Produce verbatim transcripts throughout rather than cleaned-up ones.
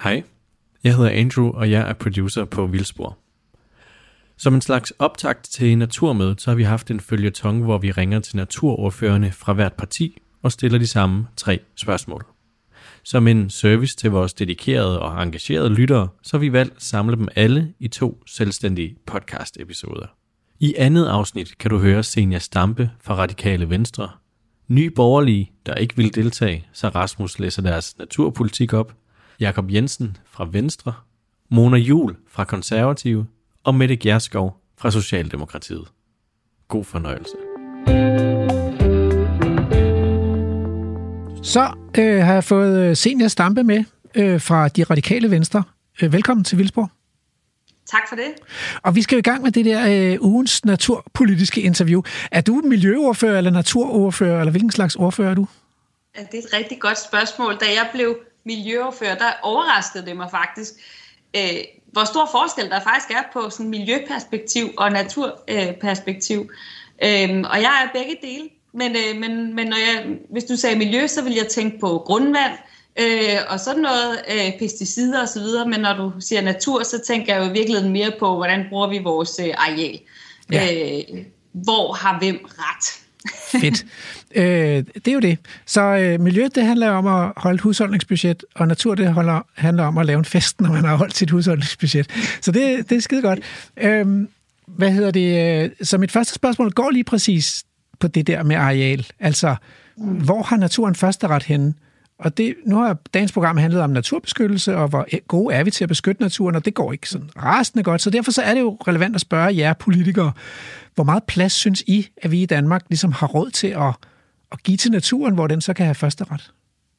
Hej, jeg hedder Andrew, og jeg er producer på Vildspor. Som en slags optakt til Naturmødet, så har vi haft en føljeton, hvor vi ringer til naturordførerne fra hvert parti og stiller de samme tre spørgsmål. Som en service til vores dedikerede og engagerede lyttere, så har vi valgt at samle dem alle i to selvstændige podcast-episoder. I andet afsnit kan du høre Zenia Stampe fra Radikale Venstre, Nye Borgerlige, der ikke vil deltage, så Rasmus læser deres naturpolitik op, Jakob Jensen fra Venstre, Mona Juhl fra Konservative og Mette Gjerskov fra Socialdemokratiet. God fornøjelse. Så øh, har jeg fået Zenia Stampe med øh, fra De Radikale Venstre. Øh, velkommen til Vildspor. Tak for det. Og vi skal i gang med det der øh, ugens naturpolitiske interview. Er du miljøordfører eller naturordfører, eller hvilken slags ordfører er du? Ja, det er et rigtig godt spørgsmål. Da jeg blev miljøordfører, der overraskede det mig faktisk, øh, hvor stor forskel der faktisk er på sådan miljøperspektiv og naturperspektiv. Øh, og jeg er begge dele. Men, øh, men, men når jeg, hvis du sagde miljø, så vil jeg tænke på grundvand øh, og sådan noget, øh, pesticider osv. Men når du siger natur, så tænker jeg jo i virkeligheden mere på, hvordan bruger vi vores øh, areal. Ja. Øh, hvor har hvem ret? Fedt. Øh, det er jo det. Så øh, miljø, det handler om at holde et husholdningsbudget, og natur, det holder, handler om at lave en fest, når man har holdt sit husholdningsbudget. Så det, det er skide godt. Øh, hvad hedder det? Så mit første spørgsmål går lige præcis på det der med areal. Altså, mm. hvor har naturen førsteret henne? Og det, nu har dagens program handlet om naturbeskyttelse, og hvor gode er vi til at beskytte naturen, og det går ikke sådan rasende godt. Så derfor så er det jo relevant at spørge jer politikere, hvor meget plads synes I, at vi i Danmark ligesom har råd til at, at give til naturen, hvor den så kan have førsteret?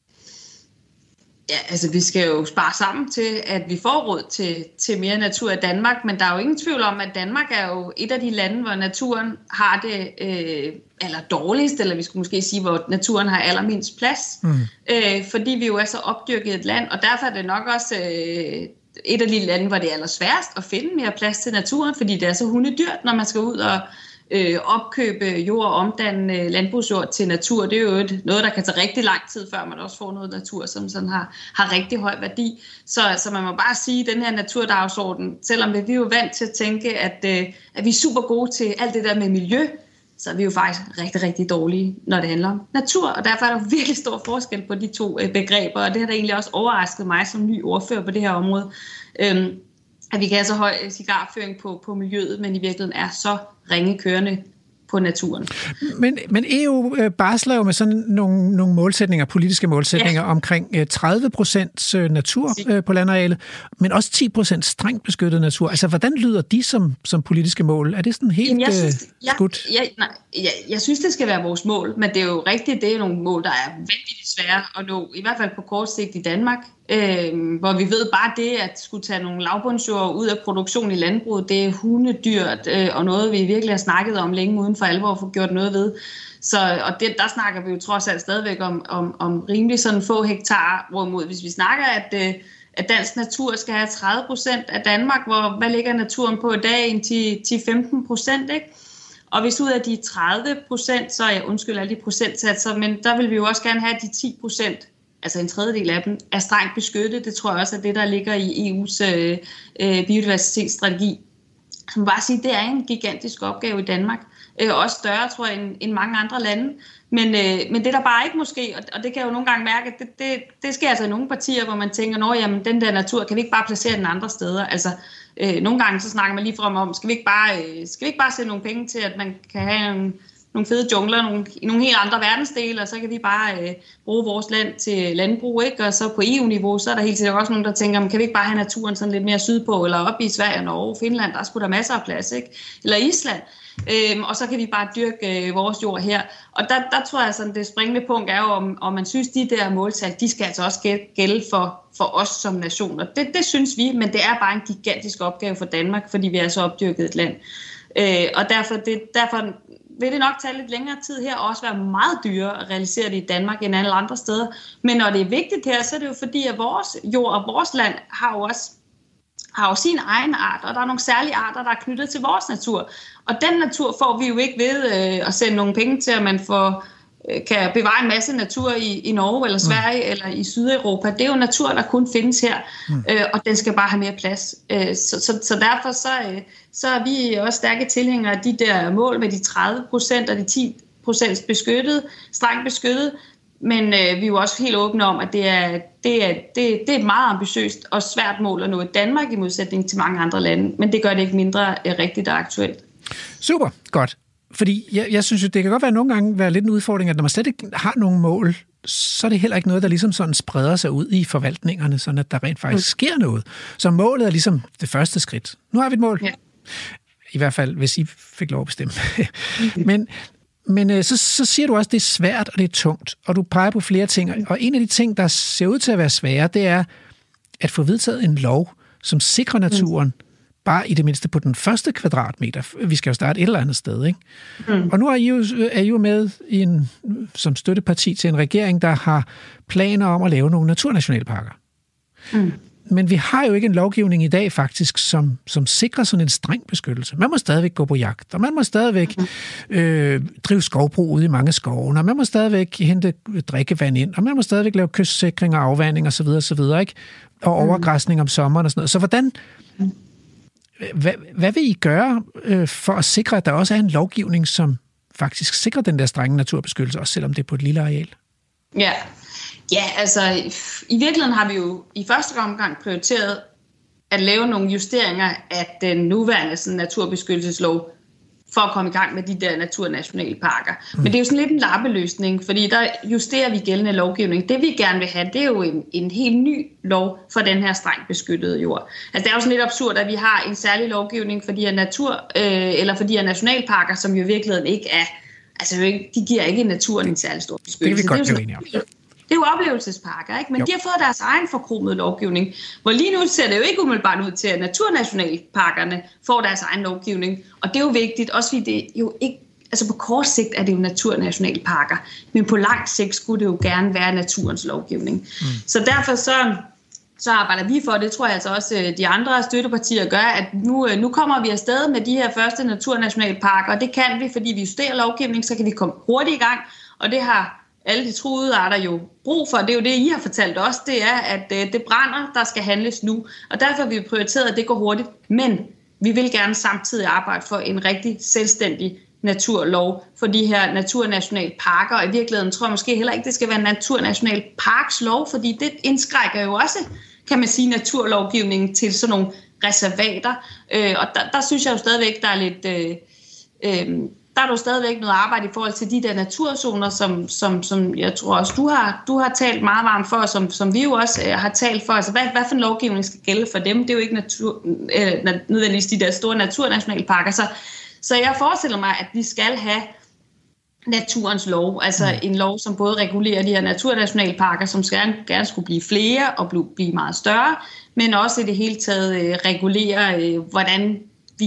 Ja, altså vi skal jo spare sammen til, at vi får råd til, til mere natur i Danmark, men der er jo ingen tvivl om, at Danmark er jo et af de lande, hvor naturen har det øh, aller dårligst, eller vi skulle måske sige, hvor naturen har allermindst plads, mm. øh, fordi vi jo er så opdyrket et land, og derfor er det nok også øh, et af de lande, hvor det er allersværest at finde mere plads til naturen, fordi det er så hundedyrt, når man skal ud og Øh, opkøbe jord og omdanne landbrugsjord til natur. Det er jo et, noget, der kan tage rigtig lang tid, før man også får noget natur, som sådan har, har rigtig høj værdi. Så, så man må bare sige, at den her naturdagsorden, selvom vi er jo vant til at tænke, at, øh, at vi er super gode til alt det der med miljø, så er vi jo faktisk rigtig, rigtig dårlige, når det handler om natur. Og derfor er der virkelig stor forskel på de to øh, begreber, og det har da egentlig også overrasket mig som ny ordfører på det her område. Øhm, at vi kan have så høj cigarføring på, på miljøet, men i virkeligheden er så ringe kørende på naturen. Men, men E U barsler jo med sådan nogle, nogle målsætninger, politiske målsætninger, ja. Omkring tredive procent natur på landarealet, men også ti procent strengt beskyttet natur. Altså, hvordan lyder de som, som politiske mål? Er det sådan helt Jamen, jeg synes, jeg, skudt? Jeg, nej, jeg, jeg synes, det skal være vores mål, men det er jo rigtigt, det er nogle mål, der er vanvittigt svære at nå, i hvert fald på kort sigt i Danmark, øh, hvor vi ved bare det, at skulle tage nogle lavbundsjord ud af produktion i landbruget, det er hundedyrt, øh, og noget, vi virkelig har snakket om længe uden for alvor at få gjort noget ved. Så, og det, der snakker vi jo trods alt stadigvæk om, om, om rimelig sådan få hektar, hvorimod hvis vi snakker, at, øh, at dansk natur skal have tredive procent af Danmark, hvor hvad ligger naturen på i dag? En ti til femten procent, ikke? Og hvis ud af de tredive procent, så jeg undskylder alle de procentsatser, men der vil vi jo også gerne have de ti procent, altså en tredjedel af dem, er strengt beskyttet. Det tror jeg også er det, der ligger i E U's øh, øh, biodiversitetsstrategi. Så man bare sige, det er en gigantisk opgave i Danmark. Øh, også større, tror jeg, end, end mange andre lande. Men, øh, men det der bare ikke måske, og, og det kan jeg jo nogle gange mærke, det, det, det sker altså i nogle partier, hvor man tænker, nå jamen, den der natur, kan vi ikke bare placere den andre steder? Altså, øh, nogle gange så snakker man lige frem om, skal vi ikke bare, øh, skal vi ikke bare sætte nogle penge til, at man kan have en, nogle fede jungler nogle, i nogle helt andre verdensdele, og så kan vi bare øh, bruge vores land til landbrug, ikke? Og så på E U-niveau, så er der helt sikkert også nogen, der tænker, kan vi ikke bare have naturen sådan lidt mere sydpå, eller op i Sverige, Norge, Finland, der skulle der masser af plads, ikke? Eller Island. Øhm, og så kan vi bare dyrke øh, vores jord her. Og der, der tror jeg, sådan det springende punkt er jo, om, om man synes, de der måltal, de skal altså også gælde for, for os som nation. Og det, det synes vi, men det er bare en gigantisk opgave for Danmark, fordi vi er så opdyrket et land. Øh, og derfor, det, derfor vil det nok tage lidt længere tid her, og også være meget dyrere at realisere det i Danmark end alle andre steder. Men når det er vigtigt her, så er det jo fordi, at vores jord og vores land har jo også har jo sin egen art, og der er nogle særlige arter, der er knyttet til vores natur. Og den natur får vi jo ikke ved øh, at sende nogle penge til, at man får kan bevare en masse natur i, i Norge eller Sverige mm. eller i Sydeuropa. Det er jo natur, der kun findes her, mm. øh, og den skal bare have mere plads. Øh, så, så, så derfor så, øh, så er vi også stærke tilhængere af de der mål med de tredive procent og de ti procent beskyttet, strengt beskyttet, men øh, vi er jo også helt åbne om, at det er, det, er, det, det er et meget ambitiøst og svært mål at nå i Danmark i modsætning til mange andre lande, men det gør det ikke mindre øh, rigtigt og aktuelt. Super, godt. Fordi jeg, jeg synes jo, det kan godt være nogle gange være lidt en udfordring, at når man slet ikke har nogen mål, så er det heller ikke noget, der ligesom sådan spreder sig ud i forvaltningerne, sådan at der rent faktisk sker noget. Så målet er ligesom det første skridt. Nu har vi et mål. Ja. I hvert fald, hvis I fik lov at bestemme. men men så, så siger du også, at det er svært, og det er tungt, og du peger på flere ting. Og en af de ting, der ser ud til at være svære, det er at få vedtaget en lov, som sikrer naturen, bare i det mindste på den første kvadratmeter. Vi skal jo starte et eller andet sted, ikke? Mm. Og nu er I, jo, er I jo med i en, som støtteparti til en regering, der har planer om at lave nogle naturnationalparker. Mm. Men vi har jo ikke en lovgivning i dag faktisk, som, som sikrer sådan en streng beskyttelse. Man må stadigvæk gå på jagt, og man må stadigvæk øh, drive skovbrug ude i mange skove, og man må stadigvæk hente drikkevand ind, og man må stadigvæk lave kystsikring og afvanding osv. osv., ikke? Og overgræsning om sommeren og sådan noget. Så hvordan... Hvad, hvad vil I gøre øh, for at sikre, at der også er en lovgivning, som faktisk sikrer den der strenge naturbeskyttelse, også selvom det er på et lille areal? Ja, ja altså i virkeligheden har vi jo i første omgang prioriteret at lave nogle justeringer af den nuværende sådan, naturbeskyttelseslov, for at komme i gang med de der naturnationalparker. Mm. Men det er jo sådan lidt en lappeløsning, fordi der justerer vi gældende lovgivning. Det vi gerne vil have, det er jo en, en helt ny lov for den her strengt beskyttede jord. Altså det er jo sådan lidt absurd, at vi har en særlig lovgivning for de her natur, øh, eller for de her nationalparker, som jo i virkeligheden ikke er, altså de giver ikke naturen en særlig stor beskyttelse. Det er vi godt blive enige om. Det er jo oplevelsesparker, ikke? Men jo. De har fået deres egen forkromede lovgivning. Hvor lige nu ser det jo ikke umiddelbart ud til, at naturnationalparkerne får deres egen lovgivning. Og det er jo vigtigt, også fordi det jo ikke, altså på kort sigt er det jo naturnationalparker, men på lang sigt skulle det jo gerne være naturens lovgivning. Mm. Så derfor så, så arbejder vi for, det tror jeg altså også de andre støttepartier gør, at nu, nu kommer vi afsted med de her første naturnationalparker, og det kan vi, fordi vi justerer lovgivning, så kan vi komme hurtigt i gang, og det har alle de truede arter jo brug for. Det er jo det, I har fortalt os, det er, at øh, det brænder, der skal handles nu. Og derfor har vi prioriteret, at det går hurtigt. Men vi vil gerne samtidig arbejde for en rigtig selvstændig naturlov for de her naturnationalparker. Og i virkeligheden tror jeg måske heller ikke, det skal være en naturnationalparkslov, fordi det indskrækker jo også, kan man sige, naturlovgivningen til sådan nogle reservater. Øh, og der, der synes jeg jo stadigvæk, der er lidt... Øh, øh, Der er jo stadigvæk noget arbejde i forhold til de der naturzoner, som, som, som jeg tror også, du har, du har talt meget varmt for, og som, som vi jo også øh, har talt for. Altså, hvad, hvad for en lovgivning skal gælde for dem? Det er jo ikke natur, øh, nødvendigvis de der store naturnationalparker. Så, så jeg forestiller mig, at vi skal have naturens lov, altså mm. en lov, som både regulerer de her naturnationalparker, som skal, gerne skulle blive flere og blive meget større, men også i det hele taget øh, regulere, øh, hvordan vi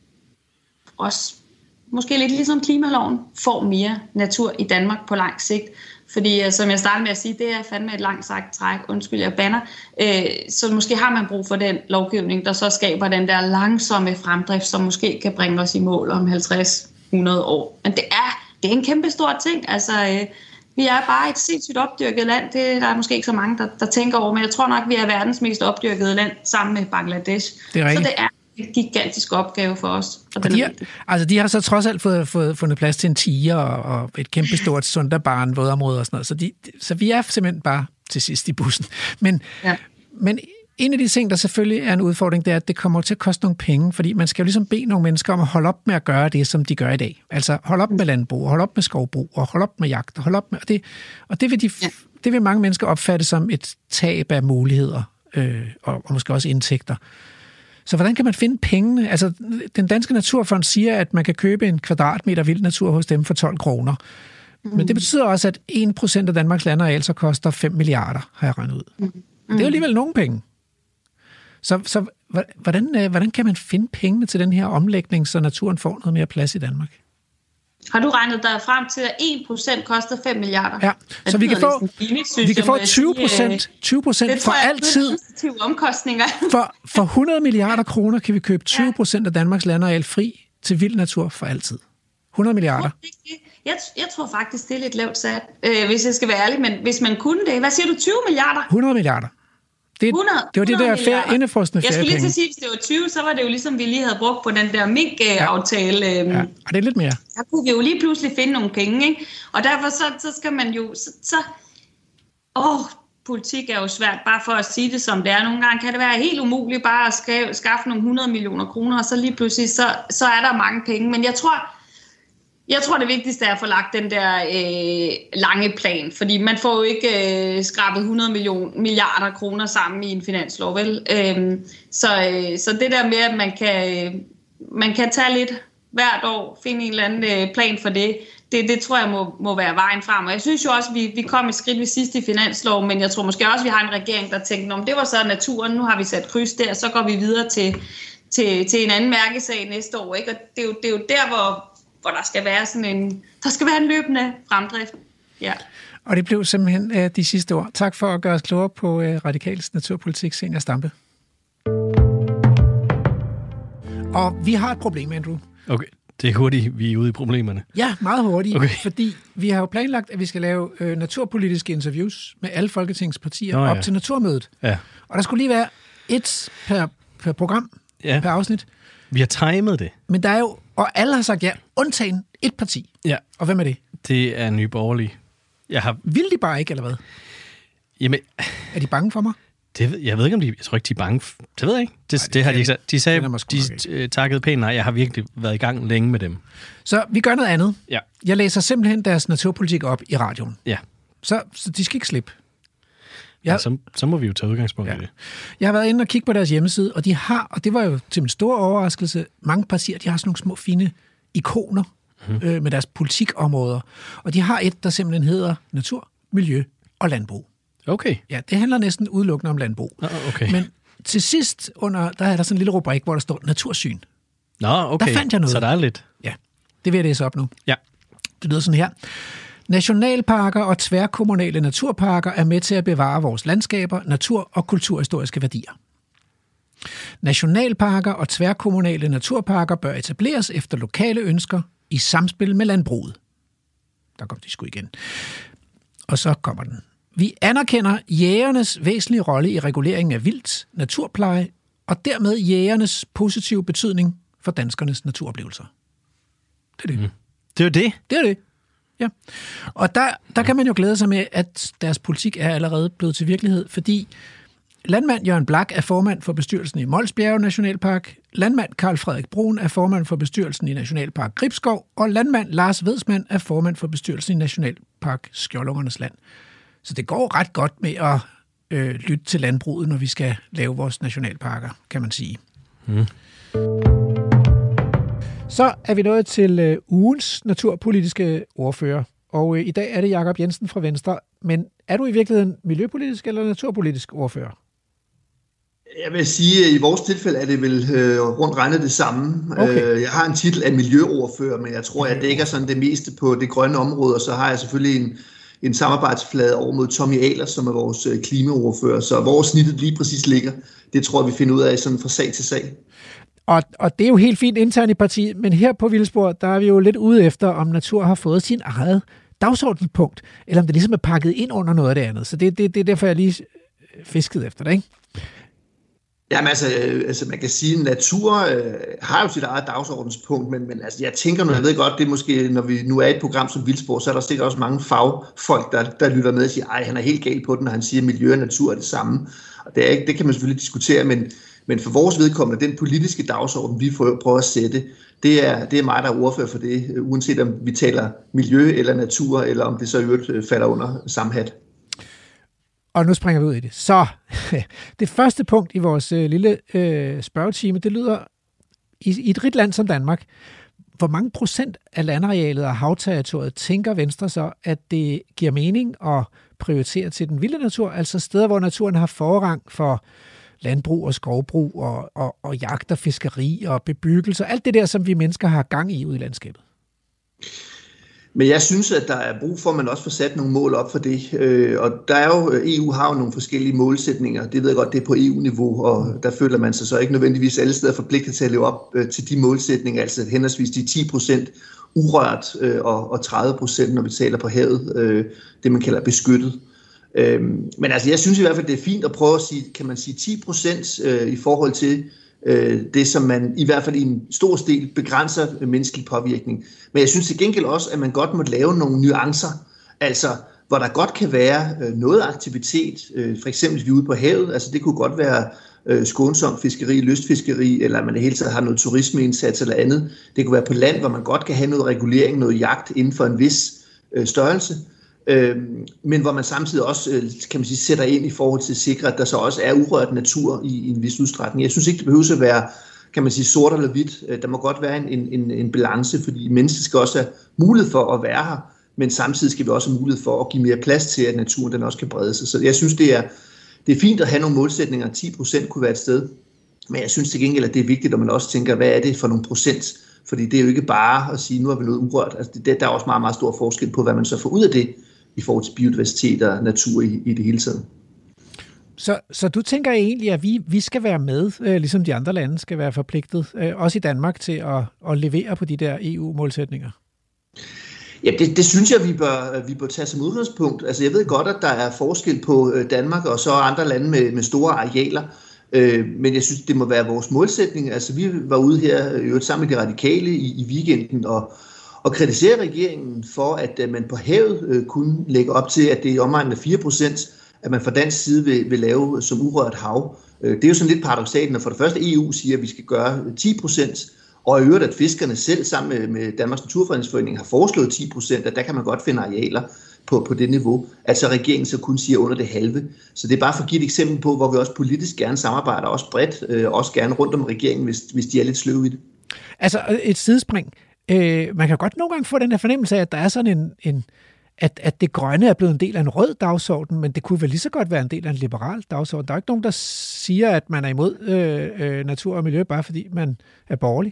også... måske lidt ligesom klimaloven, får mere natur i Danmark på lang sigt. Fordi, som jeg startede med at sige, det er fandme et langt sagt træk, undskyld, jeg banner. Øh, så måske har man brug for den lovgivning, der så skaber den der langsomme fremdrift, som måske kan bringe os i mål om halvtreds til hundrede år. Men det er, det er en kæmpe stor ting. Altså, øh, vi er bare et sindssygt opdyrket land. Det der er måske ikke så mange, der, der tænker over, men jeg tror nok, vi er verdens mest opdyrkede land sammen med Bangladesh. Det er så det er en gigantisk opgave for os. Og de, har, altså de har så trods alt fået, fået fundet plads til en tiger og, og et kæmpe stort Sundarban vådområde og sådan noget. Så, de, så vi er simpelthen bare til sidst i bussen. Men, ja. men en af de ting, der selvfølgelig er en udfordring, det er, at det kommer til at koste nogle penge, fordi man skal jo ligesom bede nogle mennesker om at holde op med at gøre det, som de gør i dag. Altså holde op med landbrug, holde op med skovbrug, og holde op med jagt, og holde op med... Og det, og det, vil, de, ja. det vil mange mennesker opfatte som et tab af muligheder, øh, og, og måske også indtægter. Så hvordan kan man finde pengene? Altså, den Danske Naturfond siger, at man kan købe en kvadratmeter vild natur hos dem for tolv kroner. Mm. Men det betyder også, at en procent af Danmarks landareal så koster fem milliarder, har jeg regnet ud. Mm. Det er jo alligevel nogle penge. Så, så hvordan, hvordan kan man finde pengene til den her omlægning, så naturen får noget mere plads i Danmark? Har du regnet dig frem til, at en procent koster fem milliarder? Ja, så det vi kan få, billigt, vi kan få tyve procent, tyve procent for altid. Omkostninger. For, for hundrede milliarder kroner kan vi købe tyve procent af Danmarks landareal fri til vild natur for altid. hundrede milliarder. Jeg, jeg tror faktisk, det er lidt lavt sat, øh, hvis jeg skal være ærlig. Men hvis man kunne det, hvad siger du, tyve milliarder? hundrede milliarder. Det, hundrede, det var det der færre, indefrostende feriepenge. Jeg skulle lige til at sige, hvis det var tyve, så var det jo ligesom, vi lige havde brugt på den der mink-aftale. Ja. Ja, og det er lidt mere. Der kunne vi jo lige pludselig finde nogle penge, ikke? Og derfor så, så skal man jo... Så, så, åh, politik er jo svært, bare for at sige det som det er. Nogle gange kan det være helt umuligt bare at skaffe, skaffe nogle hundrede millioner kroner, og så lige pludselig, så, så er der mange penge. Men jeg tror... Jeg tror, det vigtigste er at få lagt den der øh, lange plan, fordi man får jo ikke øh, skrabet hundrede million, milliarder kroner sammen i en finanslov, vel? Øhm, så, øh, så det der med, at man kan, øh, man kan tage lidt hvert år, finde en eller anden øh, plan for det, det, det tror jeg må, må være vejen frem. Og jeg synes jo også, at vi, vi kom et skridt ved sidste finanslov, men jeg tror måske også, at vi har en regering, der tænker, om det var så naturen, nu har vi sat kryds der, så går vi videre til, til, til en anden mærkesag næste år, ikke? Og det er jo, det er jo der, hvor... hvor der skal være sådan en, der skal være en løbende fremdrift. Ja. Og det blev simpelthen uh, de sidste ord. Tak for at gøre os klogere på uh, Radikales naturpolitik, Zenia Stampe. Og vi har et problem, Andrew. Okay, det er hurtigt, vi er ude i problemerne. Ja, meget hurtigt, okay. Fordi vi har jo planlagt, at vi skal lave uh, naturpolitiske interviews med alle Folketingets partier Nå, ja. op til Naturmødet. Ja. Og der skulle lige være et per, per program, ja. per afsnit. Vi har timet det. Men der er jo, og alle har sagt ja, undtagen et parti. Ja. Og hvem er det? Det er Nye Borgerlige. Jeg har... Vil de bare ikke, eller hvad? Jamen... Er de bange for mig? Det, jeg ved ikke, om de... Jeg tror ikke, de er bange for... Det ved jeg ikke. Det, Nej, det, det har de ikke sagt. De sagde, de takkede pænt nej. Jeg har virkelig været i gang længe med dem. Så vi gør noget andet. Ja. Jeg læser simpelthen deres naturpolitik op i radioen. Ja. Så, så de skal ikke slippe. Jeg, ja, så, så må vi jo tage udgangspunkt ja. i det. Jeg har været inde og kigge på deres hjemmeside, og de har, og det var jo til min store overraskelse, mange partier, de har sådan nogle små fine ikoner hmm. øh, med deres politikområder. Og de har et, der simpelthen hedder natur, miljø og landbrug. Okay. Ja, det handler næsten udelukkende om landbrug. Oh, okay. Men til sidst, under, der er der sådan en lille rubrik, hvor der står natursyn. Nå, okay. Der fandt jeg noget. Så der er lidt. Ja, det vil jeg læse op nu. Ja. Det lyder sådan her. Nationalparker og tværkommunale naturparker er med til at bevare vores landskaber, natur- og kulturhistoriske værdier. Nationalparker og tværkommunale naturparker bør etableres efter lokale ønsker i samspil med landbruget. Der kom de sgu igen. Og så kommer den. Vi anerkender jægernes væsentlige rolle i reguleringen af vildt, naturpleje og dermed jægernes positive betydning for danskernes naturoplevelser. Det er det. Mm. Det er det? Det er det. Ja, og der, der kan man jo glæde sig med, at deres politik er allerede blevet til virkelighed, fordi landmand Jørgen Blak er formand for bestyrelsen i Mols Bjerge Nationalpark, landmand Karl Frederik Brun er formand for bestyrelsen i Nationalpark Gribskov, og landmand Lars Vedsmand er formand for bestyrelsen i Nationalpark Skjoldungernes Land. Så det går ret godt med at øh, lytte til landbruget, når vi skal lave vores nationalparker, kan man sige. Mm. Så er vi nået til øh, ugens naturpolitiske ordfører, og øh, i dag er det Jakob Jensen fra Venstre. Men er du i virkeligheden miljøpolitisk eller naturpolitisk ordfører? Jeg vil sige, at i vores tilfælde er det vel øh, rundt regnet det samme. Okay. Jeg har en titel af miljøordfører, men jeg tror, jeg dækker sådan det meste på det grønne område, og så har jeg selvfølgelig en, en samarbejdsflade over mod Tommy Ahlers, som er vores øh, klimaordfører. Så hvor snittet lige præcis ligger, det tror jeg, vi finder ud af sådan fra sag til sag. Og, og det er jo helt fint internt i partiet, men her på Vildspor, der er vi jo lidt ude efter, om natur har fået sin eget dagsordenspunkt, eller om det ligesom er pakket ind under noget af det andet. Så det, det, det er derfor, jeg lige fiskede efter det, ikke? Jamen altså, altså man kan sige, at natur øh, har jo sit eget dagsordenspunkt, men, men altså, jeg tænker nu, jeg ved godt, det er måske, når vi nu er et program som Vildspor, så er der sikkert også mange fagfolk, der, der lytter med og siger, ej, han er helt gal på den, når han siger, at miljø og natur er det samme. Og det, er ikke, det kan man selvfølgelig diskutere, men, men for vores vedkommende, den politiske dagsorden, vi prøver at sætte, det er, det er mig, der er ordfører for det, uanset om vi taler miljø eller natur, eller om det så i øvrigt falder under samme hat. Og nu springer vi ud i det. Så det første punkt i vores øh, lille øh, spørgetime, det lyder, i, i et rigt land som Danmark, hvor mange procent af landarealet og havterritoriet tænker Venstre så, at det giver mening at prioritere til den vilde natur, altså steder, hvor naturen har forrang for landbrug og skovbrug og, og, og jagt og fiskeri og bebyggelse, alt det der, som vi mennesker har gang i ude i landskabet? Men jeg synes, at der er brug for, at man også får sat nogle mål op for det. Og der er jo, E U har jo nogle forskellige målsætninger. Det ved jeg godt, det er på E U-niveau, og der føler man sig så ikke nødvendigvis alle steder forpligtet til at leve op til de målsætninger, altså henholdsvis de ti procent urørt, øh, og, og tredive procent, når vi taler på havet, øh, det man kalder beskyttet. Øh, men altså, jeg synes i hvert fald, det er fint at prøve at sige, kan man sige ti procent øh, i forhold til øh, det, som man i hvert fald i en stor stil begrænser øh, menneskelig påvirkning. Men jeg synes til gengæld også, at man godt må lave nogle nuancer, altså hvor der godt kan være øh, noget aktivitet, øh, for eksempel vi er ude på havet, altså det kunne godt være øh, skånsom fiskeri, lystfiskeri, eller man i hele taget har noget turismeindsats eller andet. Det kunne være på land, hvor man godt kan have noget regulering, noget jagt inden for en vis øh, størrelse, øh, men hvor man samtidig også øh, kan man sige, sætter ind i forhold til at sikre, at der så også er urørt natur i, i en vis udstrækning. Jeg synes ikke, det behøver at være, kan man sige, sort eller hvidt. Der må godt være en, en, en balance, fordi mennesker skal også have mulighed for at være her, men samtidig skal vi også have mulighed for at give mere plads til, at naturen den også kan brede sig. Så jeg synes, det er, det er fint at have nogle målsætninger. ti procent kunne være et sted, men jeg synes til gengæld, at det er vigtigt, at man også tænker, hvad er det for nogle procent? Fordi det er jo ikke bare at sige, nu har vi noget urørt. Altså, det, der er også meget, meget stor forskel på, hvad man så får ud af det, i forhold til biodiversitet og natur i, i det hele taget. Så, så du tænker egentlig, at vi, vi skal være med, øh, ligesom de andre lande skal være forpligtet, øh, også i Danmark, til at, at levere på de der E U-målsætninger? Ja, det, det synes jeg, vi bør, vi bør tage som udgangspunkt. Altså, jeg ved godt, at der er forskel på Danmark og så andre lande med, med store arealer, øh, men jeg synes, det må være vores målsætning. Altså, vi var ude her øh, sammen med de radikale i, i weekenden og, og kritisere regeringen for, at øh, man på havet øh, kunne lægge op til, at det er i omegnen af fire procent, at man fra dansk side vil, vil lave som urørt hav. Det er jo sådan lidt paradoksalt, når for det første E U siger, at vi skal gøre ti procent, og i øvrigt, at fiskerne selv sammen med, med Danmarks Naturfredningsforening har foreslået ti procent, at der kan man godt finde arealer på, på det niveau. Altså regeringen så kun siger under det halve. Så det er bare for at give et eksempel på, hvor vi også politisk gerne samarbejder, også bredt, øh, også gerne rundt om regeringen, hvis, hvis de er lidt sløve i det. Altså et sidespring. Øh, man kan godt nogle gange få den her fornemmelse af, at der er sådan en... en At, at det grønne er blevet en del af en rød dagsorden, men det kunne vel lige så godt være en del af en liberal dagsorden. Der er ikke nogen, der siger, at man er imod øh, øh, natur og miljø, bare fordi man er borgerlig.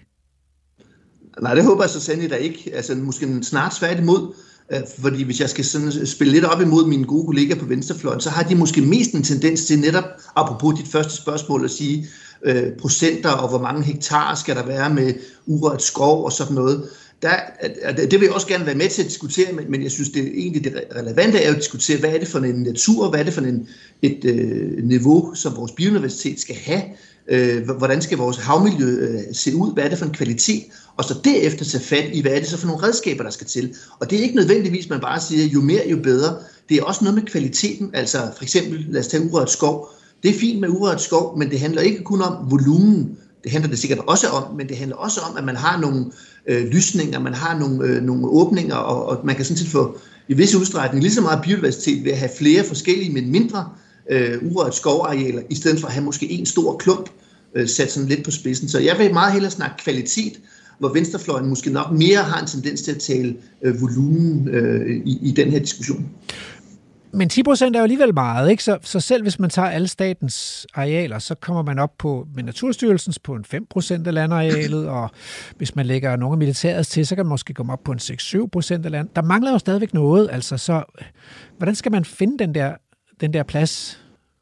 Nej, det håber jeg så sandelig da ikke. Altså måske snart svært imod, øh, fordi hvis jeg skal sådan spille lidt op imod mine gode kollegaer på venstrefløjen, så har de måske mest en tendens til netop, apropos dit første spørgsmål, at sige øh, procenter og hvor mange hektar skal der være med urørt skov og sådan noget. Der, det vil jeg også gerne være med til at diskutere, men jeg synes, det er egentlig det relevante er at diskutere, hvad er det for en natur, hvad er det for en, et øh, niveau, som vores biodiversitet skal have, øh, hvordan skal vores havmiljø øh, se ud, hvad er det for en kvalitet, og så derefter tage fat i, hvad er det så for nogle redskaber, der skal til. Og det er ikke nødvendigvis, man bare siger, jo mere, jo bedre. Det er også noget med kvaliteten, altså for eksempel, lad os tage urørt skov. Det er fint med urørt skov, men det handler ikke kun om volumen. Det handler det sikkert også om, men det handler også om, at man har nogle øh, lysninger, man har nogle, øh, nogle åbninger, og, og man kan sådan set få i visse udstrækning lige så meget biodiversitet ved at have flere forskellige, men mindre øh, urørt skovarealer, i stedet for at have måske en stor klump øh, sat sådan lidt på spidsen. Så jeg vil meget hellere snakke kvalitet, hvor venstrefløjen måske nok mere har en tendens til at tale øh, volumen øh, i, i den her diskussion. Men ti procent er jo alligevel meget, ikke? Så, så selv hvis man tager alle statens arealer, så kommer man op på med Naturstyrelsens på en fem procent af landarealet, og hvis man lægger nogle af militærets til, så kan man måske komme op på en seks til syv procent af land. Der mangler jo stadigvæk noget, altså. Så hvordan skal man finde den der, den der plads?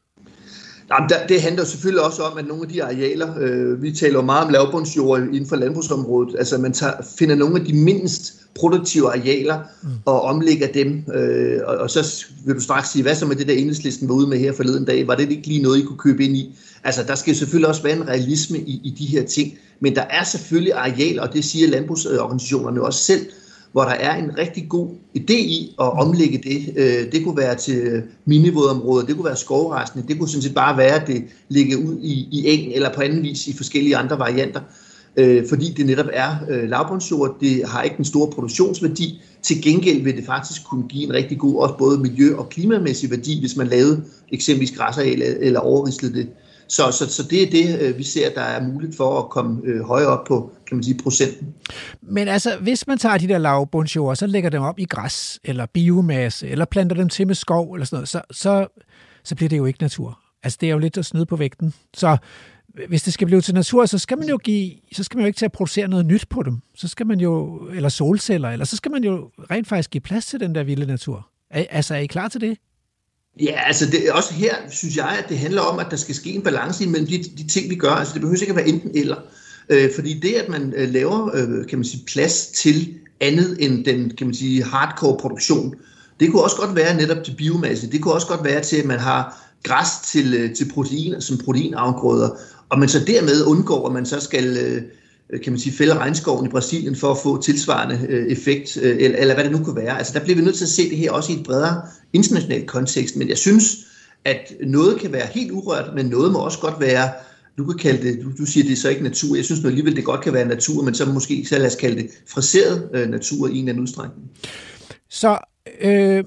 Jamen, der, det handler selvfølgelig også om, at nogle af de arealer, øh, vi taler jo meget om lavbundsjord inden for landbrugsområdet, altså man tager, finder nogle af de mindst produktive arealer mm. og omlægger dem, øh, og, og så vil du straks sige, hvad så med det der Enhedslisten var ude med her forleden dag, var det ikke lige noget, I kunne købe ind i? Altså der skal selvfølgelig også være en realisme i, i de her ting, men der er selvfølgelig arealer, og det siger landbrugsorganisationerne også selv, hvor der er en rigtig god idé i at omlægge det. Det kunne være til minivådområder, det kunne være skovrejsning, det kunne sådan set bare være, at det ligger ud i, i eng eller på anden vis i forskellige andre varianter, fordi det netop er lavbundsjord, det har ikke den store produktionsværdi. Til gengæld vil det faktisk kunne give en rigtig god også både miljø- og klimamæssig værdi, hvis man lavede eksempelvis græsareal eller overrislede det. Så, så, så det er det, vi ser, der er muligt for at komme øh, højere op på, kan man sige, procenten. Men altså, hvis man tager de der lavbundsjord, så lægger dem op i græs, eller biomasse, eller planter dem til med skov, eller sådan noget, så, så, så bliver det jo ikke natur. Altså, det er jo lidt at snyde på vægten. Så hvis det skal blive til natur, så skal man jo give, så skal man jo ikke til at producere noget nyt på dem. Så skal man jo, eller solceller, eller så skal man jo rent faktisk give plads til den der vilde natur. Er, altså, er I klar til det? Ja, altså det, også her synes jeg, at det handler om, at der skal ske en balance imellem de, de ting, vi gør. Altså det behøver ikke at være enten eller. Øh, fordi det, at man øh, laver øh, kan man sige, plads til andet end den, kan man sige, hardcore produktion. Det kunne også godt være netop til biomasse. Det kunne også godt være til, at man har græs til, til proteiner, som proteinafgrøder, og man så dermed undgår, at man så skal, kan man sige, fælde regnskoven i Brasilien for at få tilsvarende effekt, eller, eller hvad det nu kunne være. Altså der bliver vi nødt til at se det her også i et bredere internationalt kontekst, men jeg synes, at noget kan være helt urørt, men noget må også godt være, du kan kalde det, du, du siger, det er så ikke natur, jeg synes nu alligevel, det godt kan være natur, men så måske, så lad os kalde det friseret øh, natur i en eller anden udstrækning. Så øh,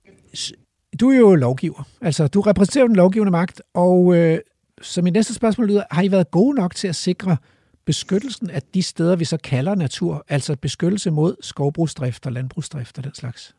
du er jo lovgiver, altså du repræsenterer den lovgivende magt, og øh, så mit næste spørgsmål lyder, har I været gode nok til at sikre beskyttelsen af de steder, vi så kalder natur, altså beskyttelse mod skovbrugsdrift og landbrugsdrift og den slags?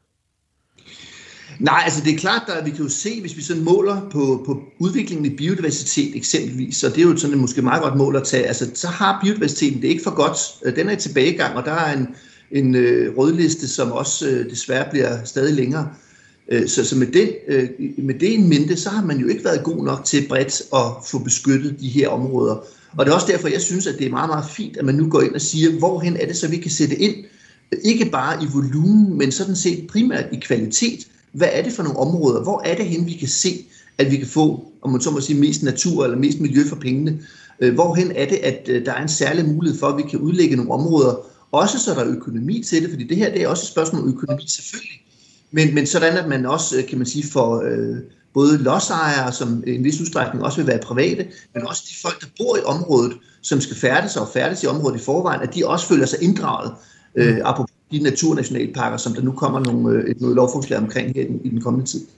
Nej, altså det er klart, at vi kan jo se, hvis vi sådan måler på, på udviklingen i biodiversitet eksempelvis, så det er jo sådan et måske meget godt mål at tage, altså så har biodiversiteten det ikke for godt, den er i tilbagegang, og der er en, en øh, rødliste, som også øh, desværre bliver stadig længere. Øh, så så med, den, øh, med det i mente, så har man jo ikke været god nok til bredt at få beskyttet de her områder. Og det er også derfor, jeg synes, at det er meget, meget fint, at man nu går ind og siger, hvorhen er det så, vi kan sætte ind, ikke bare i volumen, men sådan set primært i kvalitet. Hvad er det for nogle områder? Hvor er det hen, vi kan se, at vi kan få, om man så må sige, mest natur eller mest miljø for pengene? Hvorhen er det, at der er en særlig mulighed for, at vi kan udlægge nogle områder, også så der er økonomi til det, fordi det her det er også et spørgsmål om økonomi selvfølgelig, men, men sådan at man også, kan man sige, får øh, både lodsejere, som i en vis udstrækning også vil være private, men også de folk, der bor i området, som skal færdes og færdes i området i forvejen, at de også føler sig inddraget, øh, apropos de naturnationalparker, som der nu kommer nogle, et noget lovforslag omkring her i den, i den kommende tid.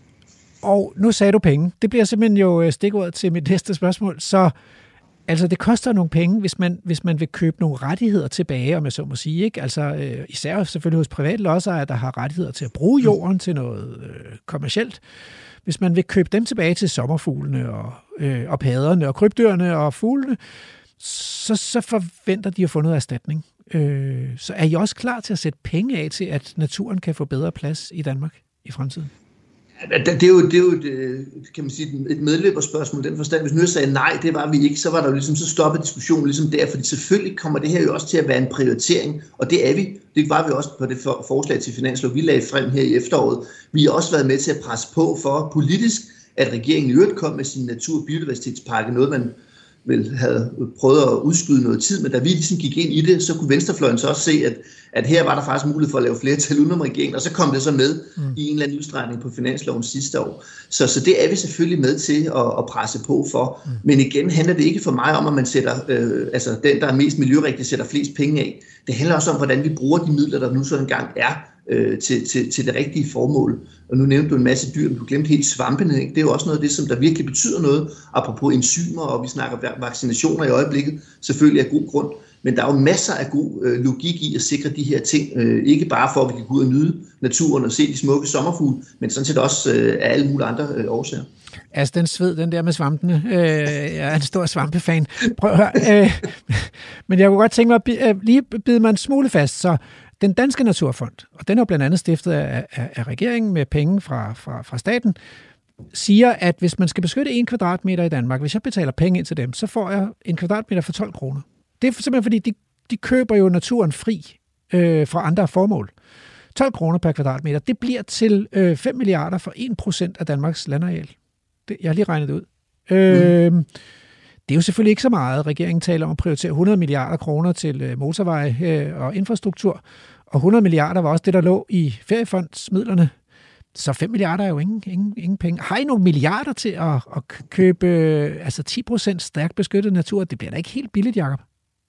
Og nu sagde du penge. Det bliver simpelthen jo stikordet til mit næste spørgsmål. Så altså, det koster nogle penge, hvis man, hvis man vil købe nogle rettigheder tilbage, om jeg så må sige. Ikke? Altså, øh, især selvfølgelig hos private lodsejere, der har rettigheder til at bruge jorden til noget øh, kommercielt. Hvis man vil købe dem tilbage til sommerfuglene og, øh, og paderne og krybdyrene og fuglene, så, så forventer de at få noget erstatning. Øh, så er I også klar til at sætte penge af til, at naturen kan få bedre plads i Danmark i fremtiden? Det er jo, det er jo et, kan man sige, et medløberspørgsmål den forstand. Hvis nu jeg sagde nej, det var vi ikke, så var der jo ligesom, så stoppede diskussionen ligesom der, fordi selvfølgelig kommer det her jo også til at være en prioritering, og det er vi. Det var vi også på det forslag til finanslov, vi lagde frem her i efteråret. Vi har også været med til at presse på for politisk, at regeringen i øvrigt kom med sin natur- og biodiversitetspakke, noget man vel havde prøvet at udskyde noget tid, men da vi ligesom gik ind i det, så kunne venstrefløjen så også se, at, at her var der faktisk mulighed for at lave flertal udenom regeringen, og så kom det så med mm. i en eller anden udstrækning på finansloven sidste år. Så, så det er vi selvfølgelig med til at, at presse på for. Mm. Men igen handler det ikke for mig om, at man sætter, øh, altså den, der er mest miljørigtig, sætter flest penge af. Det handler også om, hvordan vi bruger de midler, der nu så engang er, øh, til, til, til det rigtige formål. Og nu nævnte du en masse dyr, men du glemte helt svampene. Ikke? Det er jo også noget af det, som der virkelig betyder noget, apropos enzymer, og vi snakker vaccinationer i øjeblikket, selvfølgelig af god grund. Men der er jo masser af god øh, logik i at sikre de her ting, øh, ikke bare for, at vi kan gå ud og nyde naturen og se de smukke sommerfugle, men sådan set også øh, af alle mulige andre øh, årsager. Altså den sved, den der med svampene. Øh, jeg er en stor svampefan. Prøv at høre. Øh, men jeg kunne godt tænke mig at lige bide mig en smule fast, så den Danske Naturfond, og den er blandt andet stiftet af, af, af regeringen med penge fra, fra, fra staten, siger, at hvis man skal beskytte en kvadratmeter i Danmark, hvis jeg betaler penge ind til dem, så får jeg en kvadratmeter for tolv kroner. Det er simpelthen fordi, de, de køber jo naturen fri øh, fra andre formål. tolv kroner per kvadratmeter, det bliver til øh, fem milliarder for en procent af Danmarks landareal. Det, jeg har lige regnet det ud. Mm. Øh, det er jo selvfølgelig ikke så meget. Regeringen taler om at prioritere hundrede milliarder kroner til øh, motorveje øh, og infrastruktur, og hundrede milliarder var også det, der lå i feriefondsmidlerne. Så fem milliarder er jo ingen, ingen, ingen penge. Har I nogle milliarder til at, at købe øh, altså ti procent stærkt beskyttet natur? Det bliver da ikke helt billigt, Jacob.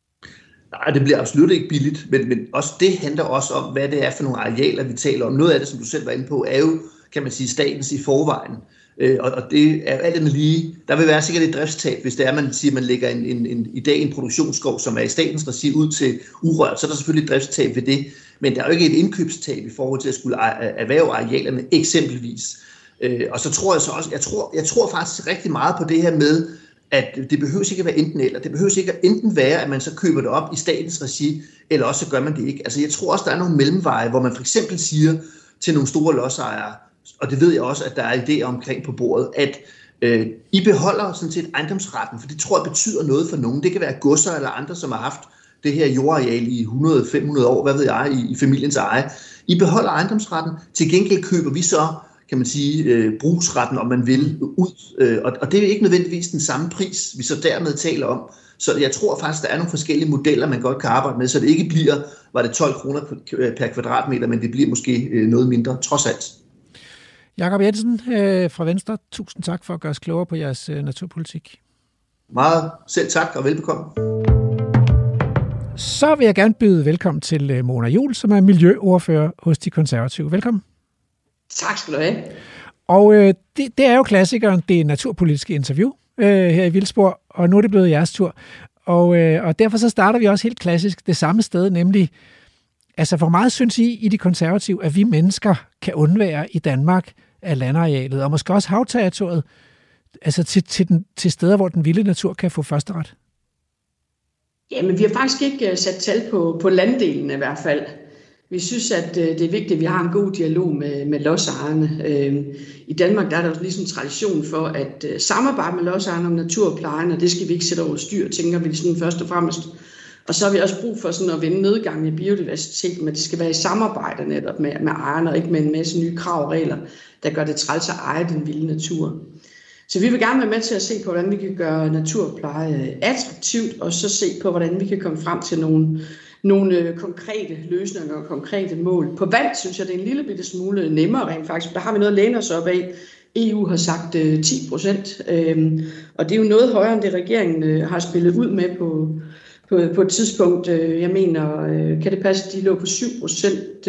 Nej, det bliver absolut ikke billigt, men, men også det handler også om, hvad det er for nogle arealer, vi taler om. Noget af det, som du selv var inde på, er jo, kan man sige, statens i forvejen. Øh, og, og det er alt andet lige, der vil være sikkert et driftstab, hvis det er, man siger, man lægger en, en, en, i dag en produktionsskov, som er i statens regi ud til urørt, så er der selvfølgelig et driftstab ved det. Men der er jo ikke et indkøbstab i forhold til at skulle erhverve arealerne eksempelvis. Øh, og så tror jeg så også, jeg tror, jeg tror faktisk rigtig meget på det her med, at det behøves ikke at være enten eller. Det behøves ikke at enten være, at man så køber det op i statens regi, eller også så gør man det ikke. Altså jeg tror også, der er nogle mellemveje, hvor man for eksempel siger til nogle store lodsejere, og det ved jeg også, at der er idéer omkring på bordet, at øh, I beholder sådan set ejendomsretten, for det tror jeg betyder noget for nogen. Det kan være godser eller andre, som har haft det her jordareal i hundrede til fem hundrede år, hvad ved jeg, i, i familiens eje. I beholder ejendomsretten. Til gengæld køber vi så, kan man sige, øh, brugsretten, om man vil, ud. Øh, og, og det er ikke nødvendigvis den samme pris, vi så dermed taler om. Så jeg tror faktisk, der er nogle forskellige modeller, man godt kan arbejde med, så det ikke bliver, var det tolv kroner per kvadratmeter, men det bliver måske noget mindre, trods alt. Jakob Jensen øh, fra Venstre, tusind tak for at gøre os klogere på jeres øh, naturpolitik. Meget selv tak og velbekomme. Så vil jeg gerne byde velkommen til øh, Mona Juul, som er miljøordfører hos De Konservative. Velkommen. Tak skal du have. Og øh, det, det er jo klassikeren, det naturpolitiske interview øh, her i Vildspor, og nu er det blevet jeres tur. Og, øh, og derfor så starter vi også helt klassisk det samme sted, nemlig, altså hvor meget synes I i De Konservative, at vi mennesker kan undvære i Danmark af landarealet, og måske også havterritoriet, altså til, til, den, til steder, hvor den vilde natur kan få førsteret? Jamen, vi har faktisk ikke sat tal på, på landdelen i hvert fald. Vi synes, at det er vigtigt, at vi har en god dialog med, med lodsejerne. I Danmark der er der jo ligesom tradition for at samarbejde med lodsejerne om naturplejen, og det skal vi ikke sætte over styr, tænker vi sådan først og fremmest. Og så har vi også brug for sådan at vende nedgangen i biodiversitet, men det skal være i samarbejde netop med, med ejerne, og ikke med en masse nye krav og regler, der gør det træls at eje den vilde natur. Så vi vil gerne være med til at se på, hvordan vi kan gøre naturpleje attraktivt, og så se på, hvordan vi kan komme frem til nogle, nogle konkrete løsninger og konkrete mål. På vand synes jeg, det er en lille bitte smule nemmere rent faktisk. Der har vi noget at læne os op af. E U har sagt øh, ti procent, øh, og det er jo noget højere end det, regeringen øh, har spillet ud med på, på, på et tidspunkt. Øh, jeg mener, øh, kan det passe, at de lå på syv procent?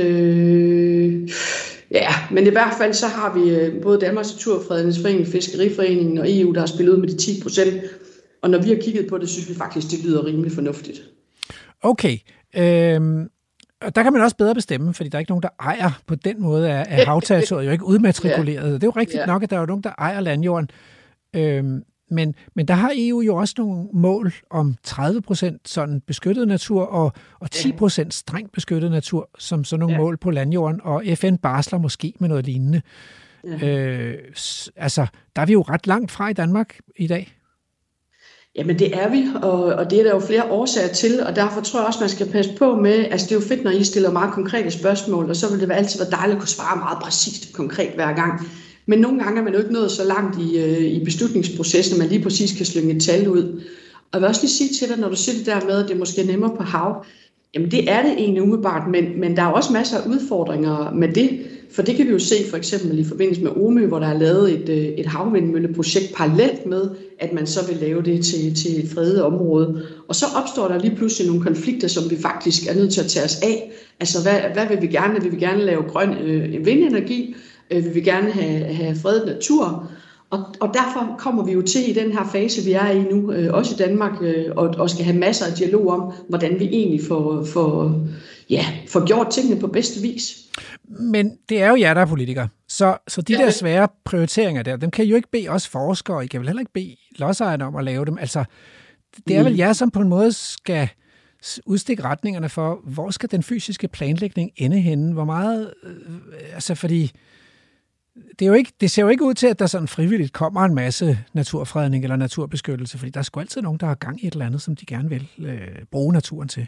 Øh, ja, men i hvert fald så har vi øh, både Danmarks Naturfredningsforening, Fiskeriforeningen og E U, der har spillet ud med de ti procent. Og når vi har kigget på det, synes vi faktisk, det lyder rimelig fornuftigt. Okay. Øhm, og der kan man også bedre bestemme, fordi der er ikke nogen, der ejer på den måde af, af havterritoriet, jo ikke udmatrikuleret. Ja. Det er jo rigtigt ja. nok, at der er jo nogen, der ejer landjorden. Øhm, men, men der har E U jo også nogle mål om tredive procent sådan beskyttet natur og, og ti procent strengt beskyttet natur, som sådan nogle ja. mål på landjorden, og F N barsler måske med noget lignende. Ja. Øh, altså, der er vi jo ret langt fra i Danmark i dag. Jamen det er vi, og, og det er der jo flere årsager til, og derfor tror jeg også, man skal passe på med, altså det er jo fedt, når I stiller meget konkrete spørgsmål, og så vil det altid være dejligt at kunne svare meget præcist og konkret hver gang. Men nogle gange er man jo ikke nået så langt i, øh, i beslutningsprocessen, at man lige præcis kan slynge et tal ud. Og jeg vil også lige sige til dig, når du siger det der med, at det måske er nemmere på hav, jamen det er det egentlig umiddelbart, men, men der er også masser af udfordringer med det, for det kan vi jo se for eksempel i forbindelse med Omø, hvor der er lavet et, et havvindmølleprojekt parallelt med, at man så vil lave det til, til et fredet område. Og så opstår der lige pludselig nogle konflikter, som vi faktisk er nødt til at tage os af. Altså hvad, hvad vil vi gerne? Vil vi gerne lave grøn øh, vindenergi? Øh, vil vi gerne have, have fredet natur? Og, og derfor kommer vi jo til i den her fase, vi er i nu, øh, også i Danmark, øh, og, og skal have masser af dialog om, hvordan vi egentlig får, får, ja, får gjort tingene på bedste vis. Men det er jo jer, der er politikere. Så, så de ja. der svære prioriteringer der, dem kan I jo ikke bede os forskere, I kan vel heller ikke bede lodsejerne om at lave dem. Altså, det er vel jer, som på en måde skal udstikke retningerne for, hvor skal den fysiske planlægning ende henne? Hvor meget, øh, altså fordi det, er jo ikke, det ser jo ikke ud til, at der sådan frivilligt kommer en masse naturfredning eller naturbeskyttelse, fordi der er sgu altid nogen, der har gang i et eller andet, som de gerne vil øh, bruge naturen til.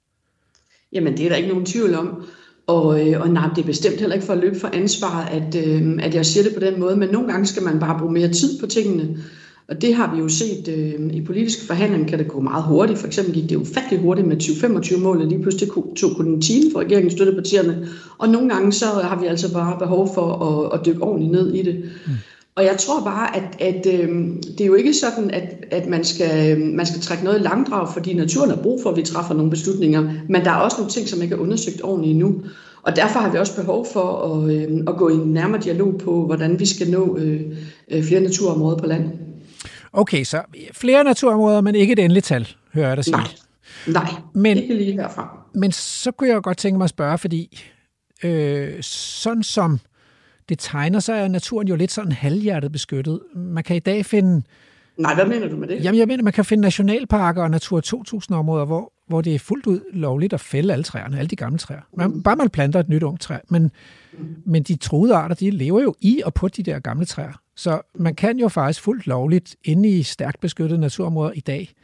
Jamen, det er der ikke nogen tvivl om. Og, og nej, det er bestemt heller ikke for at løbe for ansvaret, at, øh, at jeg siger det på den måde, men nogle gange skal man bare bruge mere tid på tingene. Og det har vi jo set øh, i politiske forhandlinger, kan det gå meget hurtigt. For eksempel gik det ufattelig hurtigt med tyve femogtyve-målet, lige pludselig tog kun en time for regeringen støttepartierne. Og nogle gange så har vi altså bare behov for at, at dykke ordentligt ned i det. Mm. Og jeg tror bare, at, at øh, det er jo ikke sådan, at, at man, skal, man skal trække noget i langdrag, fordi naturen har brug for, at vi træffer nogle beslutninger. Men der er også nogle ting, som ikke er undersøgt ordentligt endnu. Og derfor har vi også behov for at, øh, at gå i en nærmere dialog på, hvordan vi skal nå øh, flere naturområder på land. Okay, så flere naturområder, men ikke et endeligt tal, hører jeg dig sige. Nej, Nej men, ikke lige herfra. Men så kunne jeg godt tænke mig at spørge, fordi øh, sådan som det tegner, så er naturen jo lidt sådan halvhjertet beskyttet. Man kan i dag finde... Nej, hvad mener du med det? Jamen, jeg mener, man kan finde nationalparker og Natura to tusind-områder, hvor, hvor det er fuldt ud lovligt at fælde alle træerne, alle de gamle træer. Man, mm. Bare man planter et nyt ungt træ. Men, mm. men de truede arter, de lever jo i og på de der gamle træer. Så man kan jo faktisk fuldt lovligt inde i stærkt beskyttede naturområder i dag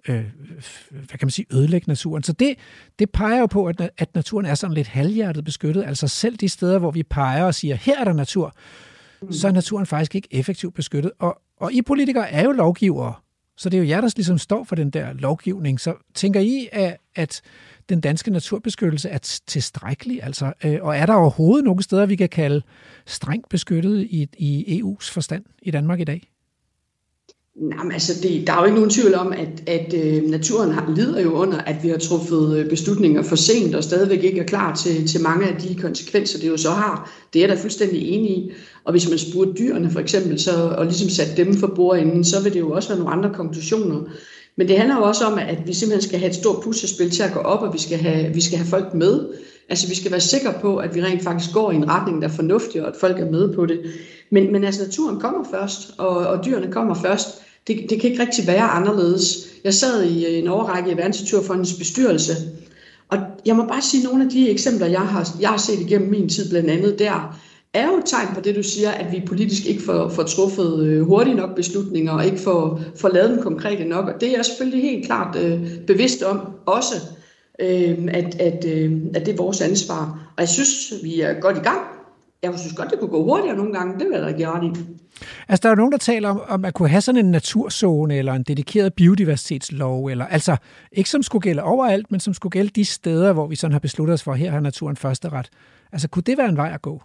øh, hvad kan man sige, ødelægge naturen. Så det, det peger jo på, at, at naturen er sådan lidt halvhjertet beskyttet. Altså selv de steder, hvor vi peger og siger, her er der natur, mm. så er naturen faktisk ikke effektivt beskyttet. Og, og I politikere er jo lovgivere, så det er jo jer, der ligesom står for den der lovgivning. Så tænker I, at, at den danske naturbeskyttelse er tilstrækkelig? Altså, øh, og er der overhovedet nogle steder, vi kan kalde strengt beskyttet i, i E U's forstand i Danmark i dag? Nej, men altså, det, der er jo ikke nogen tvivl om, at, at øh, naturen har, lider jo under, at vi har truffet beslutninger for sent og stadigvæk ikke er klar til, til mange af de konsekvenser, det jo så har. Det er jeg da fuldstændig enig i. Og hvis man spurgte dyrene for eksempel, så, og ligesom satte dem for bordenden, så vil det jo også være nogle andre konklusioner. Men det handler jo også om, at vi simpelthen skal have et stort puslespil til at gå op, og vi skal have, vi skal have folk med. Altså vi skal være sikre på, at vi rent faktisk går i en retning, der er fornuftig, og at folk er med på det. Men, men altså naturen kommer først, og, og dyrene kommer først. Det, det kan ikke rigtig være anderledes. Jeg sad i en overrække i Verdensnaturfondens bestyrelse, og jeg må bare sige, at nogle af de eksempler, jeg har, jeg har set igennem min tid, blandt andet der, er jo et tegn på det, du siger, at vi politisk ikke får, får truffet hurtigt nok beslutninger, og ikke får, får lavet dem konkrete nok. Og det er jeg selvfølgelig helt klart øh, bevidst om også, øh, at, at, øh, at det er vores ansvar. Og jeg synes, vi er godt i gang. Jeg synes godt, det kunne gå hurtigere nogle gange. Det vil jeg da give ret i. Altså, der er jo nogen, der taler om, om at kunne have sådan en naturzone, eller en dedikeret biodiversitetslov, eller altså ikke som skulle gælde overalt, men som skulle gælde de steder, hvor vi sådan har besluttet os for, her har naturen første ret. Altså, kunne det være en vej at gå?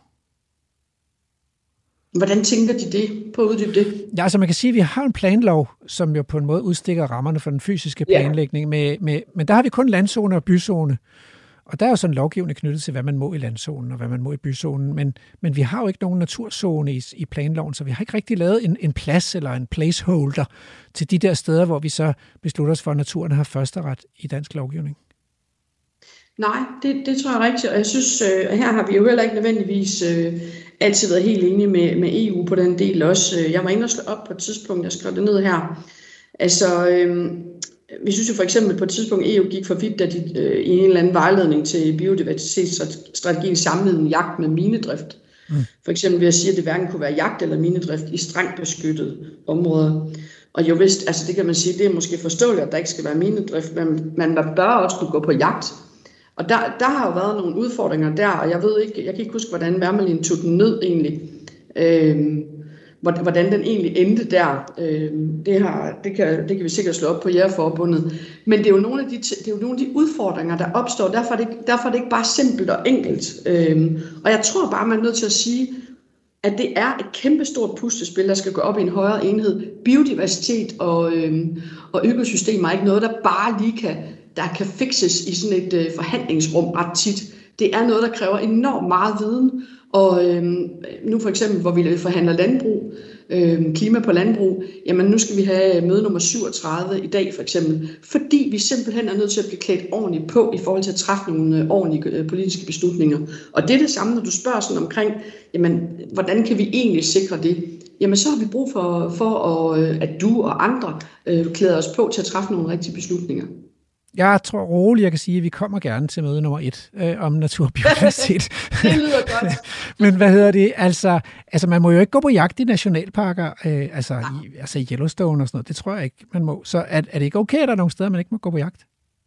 Hvordan tænker de det? På at uddybe det? Ja, altså man kan sige, at vi har en planlov, som jo på en måde udstikker rammerne for den fysiske planlægning, yeah. med, med, men der har vi kun landzone og byzone. Og der er jo sådan lovgivning knyttet til, hvad man må i landzonen og hvad man må i byzonen, men, men vi har jo ikke nogen naturzone i, i planloven, så vi har ikke rigtig lavet en, en plads eller en placeholder til de der steder, hvor vi så beslutter os for, at naturen har førsteret i dansk lovgivning. Nej, det, det tror jeg rigtigt, og jeg synes, øh, her har vi jo heller ikke nødvendigvis øh, altid været helt enige med, med E U på den del også. Jeg var inde og slå op på et tidspunkt, jeg skrev det ned her. Altså, øh, vi synes jo for eksempel på et tidspunkt, E U gik for vidt, da de øh, i en eller anden vejledning til biodiversitetsstrategien samlede en jagt med minedrift. Mm. For eksempel ved at sige, at det hverken kunne være jagt eller minedrift i strengt beskyttede områder. Og jo vist, altså det kan man sige, det er måske forståeligt, at der ikke skal være minedrift, men man bør også kunne gå på jagt. Og der, der har jo været nogle udfordringer der, og jeg ved ikke, jeg kan ikke huske, hvordan Wermelin tog den ned egentlig. Øhm, hvordan den egentlig endte der, øhm, det, har, det, kan, det kan vi sikkert slå op på Jægerforbundet. Men det er jo nogle af de, det er jo nogle af de udfordringer, der opstår. Derfor er det, derfor er det ikke bare simpelt og enkelt. Øhm, og jeg tror bare, man er nødt til at sige, at det er et kæmpestort puslespil, der skal gå op i en højere enhed. Biodiversitet og, øhm, og økosystemer er ikke noget, der bare lige kan der kan fikses i sådan et øh, forhandlingsrum ret tit. Det er noget, der kræver enormt meget viden. Og øh, nu for eksempel, hvor vi forhandler landbrug, øh, klima på landbrug, jamen nu skal vi have møde nummer syvogtredive i dag for eksempel, fordi vi simpelthen er nødt til at blive klædt ordentligt på i forhold til at træffe nogle øh, ordentlige øh, politiske beslutninger. Og det er det samme, når du spørger sådan omkring, jamen hvordan kan vi egentlig sikre det? Jamen så har vi brug for, for at, øh, at du og andre øh, klæder os på til at træffe nogle rigtige beslutninger. Jeg tror roligt, jeg kan sige, at vi kommer gerne til møde nummer et øh, om naturbiodiversitet. Det lyder godt. Men hvad hedder det? Altså, altså, man må jo ikke gå på jagt i nationalparker, øh, altså, i, altså i Yellowstone og sådan noget. Det tror jeg ikke, man må. Så er, er det ikke okay, at der er nogle steder, man ikke må gå på jagt?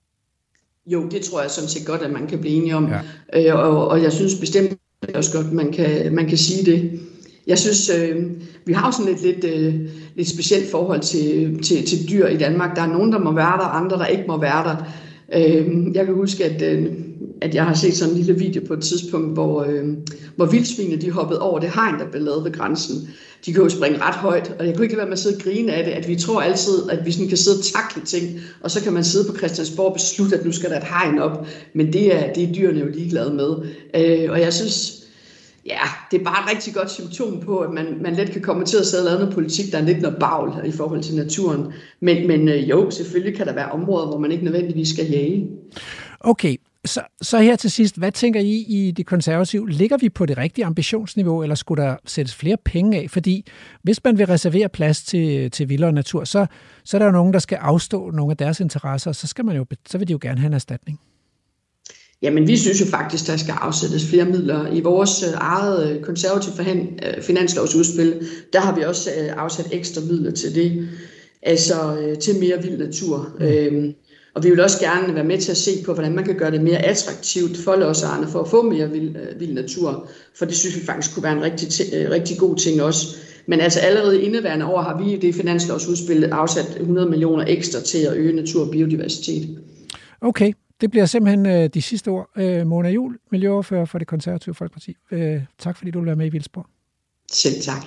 Jo, det tror jeg sådan set godt, at man kan blive enige om. Ja. Øh, og, og jeg synes bestemt også godt, man kan, man kan sige det. Jeg synes, øh, vi har jo sådan et lidt, øh, lidt specielt forhold til, til, til dyr i Danmark. Der er nogen, der må være der, andre, der ikke må være der. Øh, jeg kan huske, at, øh, at jeg har set sådan en lille video på et tidspunkt, hvor, øh, hvor vildsvinene de hoppede over det hegn, der blev lavet ved grænsen. De kan jo springe ret højt, og jeg kunne ikke lade være med at sidde og grine af det, at vi tror altid, at vi sådan kan sidde og takle ting, og så kan man sidde på Christiansborg og beslutte, at nu skal der et hegn op. Men det er, det er dyrene jo ligeglade med. Øh, og jeg synes... Ja, det er bare et rigtig godt symptom på, at man, man let kan komme til at sidde og lave noget politik, der er lidt noget bagl i forhold til naturen. Men, men jo, selvfølgelig kan der være områder, hvor man ikke nødvendigvis skal jage. Okay, så, så her til sidst, hvad tænker I i De Konservative? Ligger vi på det rigtige ambitionsniveau, eller skulle der sættes flere penge af? Fordi hvis man vil reservere plads til, til vildere natur, så, så er der jo nogen, der skal afstå nogle af deres interesser, og så, skal man jo, så vil de jo gerne have en erstatning. Jamen, vi synes jo faktisk, der skal afsættes flere midler. I vores eget konservative finanslovsudspil, der har vi også afsat ekstra midler til det. altså øh, til mere vild natur. Mm. Øhm, og vi vil også gerne være med til at se på, hvordan man kan gøre det mere attraktivt for lodsejerne for at få mere vild, øh, vild natur, for det synes vi faktisk kunne være en rigtig, øh, rigtig god ting også. Men altså allerede indeværende år har vi i det finanslovsudspil afsat hundrede millioner ekstra til at øge natur og biodiversitet. Okay, det bliver simpelthen øh, de sidste ord. Øh, Mona Juul, miljøordfører for Det Konservative Folkeparti. Øh, tak fordi du vil være med i Vildspor. Selv tak.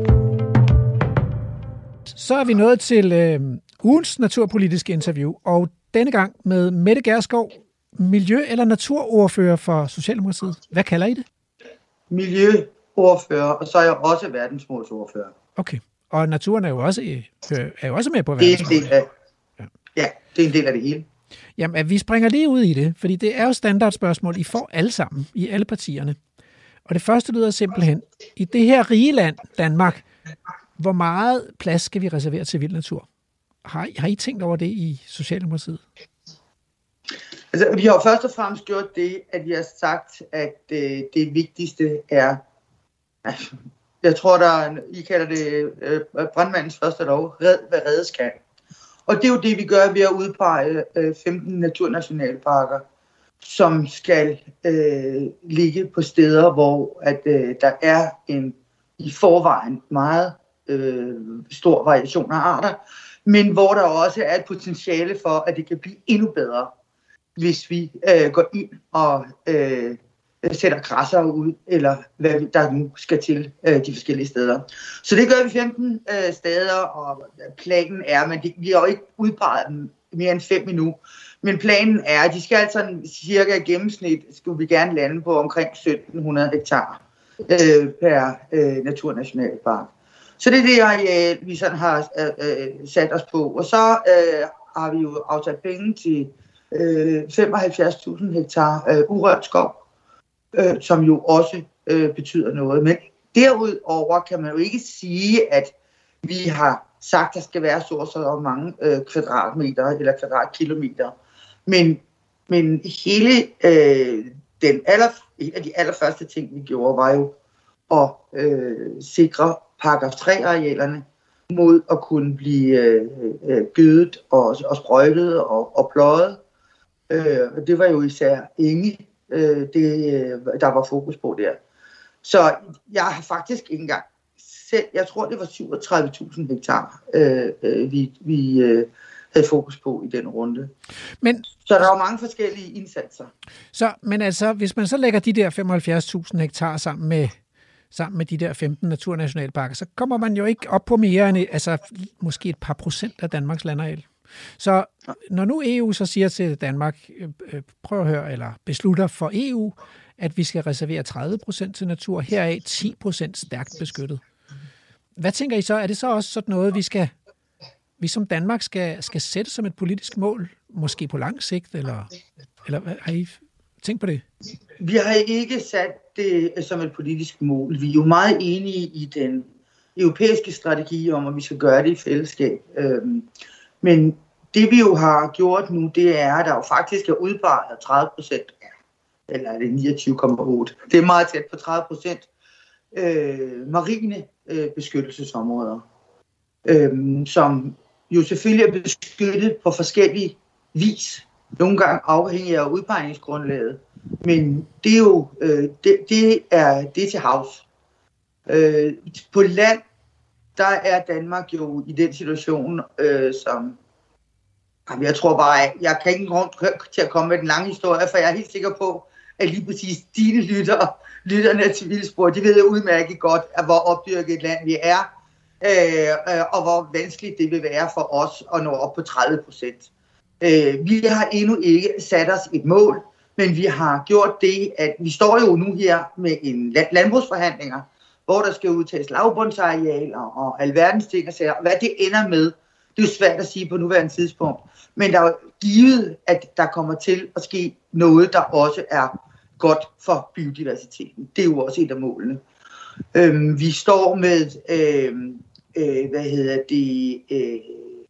Så er vi nået til øh, ugens naturpolitiske interview, og denne gang med Mette Gjerskov, miljø- eller naturordfører for Socialdemokratiet. Hvad kalder I det? Miljøordfører, og så er jeg også verdensmålsordfører. Okay, og naturen er jo også, er jo også med på verdensmålet. Det er en del af, ja, det er en del af det hele. Jamen, vi springer lige ud i det, fordi det er jo standardspørgsmål, I får alle sammen, i alle partierne. Og det første lyder simpelthen, i det her rige land, Danmark, hvor meget plads skal vi reservere til vild natur? Har I, har I tænkt over det i Socialdemokratiet? Altså, vi har jo først og fremmest gjort det, at vi har sagt, at øh, det vigtigste er, altså, jeg tror, der I kalder det øh, brandmandens første lov, red hvad reddes kan. Og det er jo det, vi gør ved at udpege øh, femten naturnationalparker, som skal øh, ligge på steder, hvor at, øh, der er en i forvejen meget øh, stor variation af arter, men hvor der også er et potentiale for, at det kan blive endnu bedre, hvis vi øh, går ind og øh, sætter græsser ud, eller hvad der nu skal til øh, de forskellige steder. Så det gør vi femten øh, steder, og planen er, men det, vi har jo ikke udpeget dem mere end fem endnu, men planen er, at de skal altså cirka i gennemsnit, skulle vi gerne lande på omkring sytten hundrede hektar øh, per øh, naturnationalpark. Så det er det, jeg, vi sådan har øh, sat os på. Og så øh, har vi jo afsat penge til øh, femoghalvfjerds tusind hektar øh, urørt skov, øh, som jo også øh, betyder noget. Men derudover kan man jo ikke sige, at vi har sagt, at der skal være så og så mange øh, kvadratmeter eller kvadratkilometer. Men, men hele øh, den aller, en af de allerførste ting, vi gjorde, var jo at øh, sikre paragraf tre-arealerne mod at kunne blive øh, øh, gødet og, og sprøjtet og, og pløjet. Øh, det var jo især enge, øh, det, der var fokus på der. Så jeg har faktisk ikke engang selv, jeg tror det var syvogtredive tusind hektar, øh, øh, vi, vi øh, havde fokus på i den runde. Men, så der var mange forskellige indsatser. Så, men altså, hvis man så lægger de der femoghalvfjerds tusind hektar sammen med sammen med de der femten naturnationalparker, så kommer man jo ikke op på mere end altså, måske et par procent af Danmarks landareal. Så når nu E U så siger til Danmark, øh, prøv at høre, eller beslutter for E U, at vi skal reservere tredive procent til natur, heraf ti procent stærkt beskyttet. Hvad tænker I så? Er det så også sådan noget, vi skal, vi som Danmark skal, skal sætte som et politisk mål, måske på lang sigt, eller, eller har I tænkt på det? Vi har ikke sat det som et politisk mål. Vi er jo meget enige i den europæiske strategi om, at vi skal gøre det i fællesskab. Men det vi jo har gjort nu, det er, at der jo faktisk er udpeget tredive procent, eller er det niogtyve komma otte. Det er meget tæt på tredive procent øh, marine øh, beskyttelsesområder, øh, som jo selvfølgelig er beskyttet på forskellige vis. Nogle gange afhængig af udpegningsgrundlaget, men det er jo øh, det, det er det er til havs. Øh, på land, der er Danmark jo i den situation, øh, som jeg tror bare, at jeg kan ikke grund til at komme med den lange historie, for jeg er helt sikker på, at lige præcis dine lyttere, lytterne til Vildspor, de ved jo udmærket godt, at hvor opdyrket et land vi er, øh, og hvor vanskeligt det vil være for os at nå op på tredive procent. Øh, vi har endnu ikke sat os et mål, men vi har gjort det, at vi står jo nu her med en landbrugsforhandlinger, hvor der skal udtages lavbundsarealer og alverdens ting og sager. Hvad det ender med, det er jo svært at sige på nuværende tidspunkt. Men der er jo givet, at der kommer til at ske noget, der også er godt for biodiversiteten. Det er jo også et af målene. Øhm, vi står med, øh, øh, hvad hedder det, øh,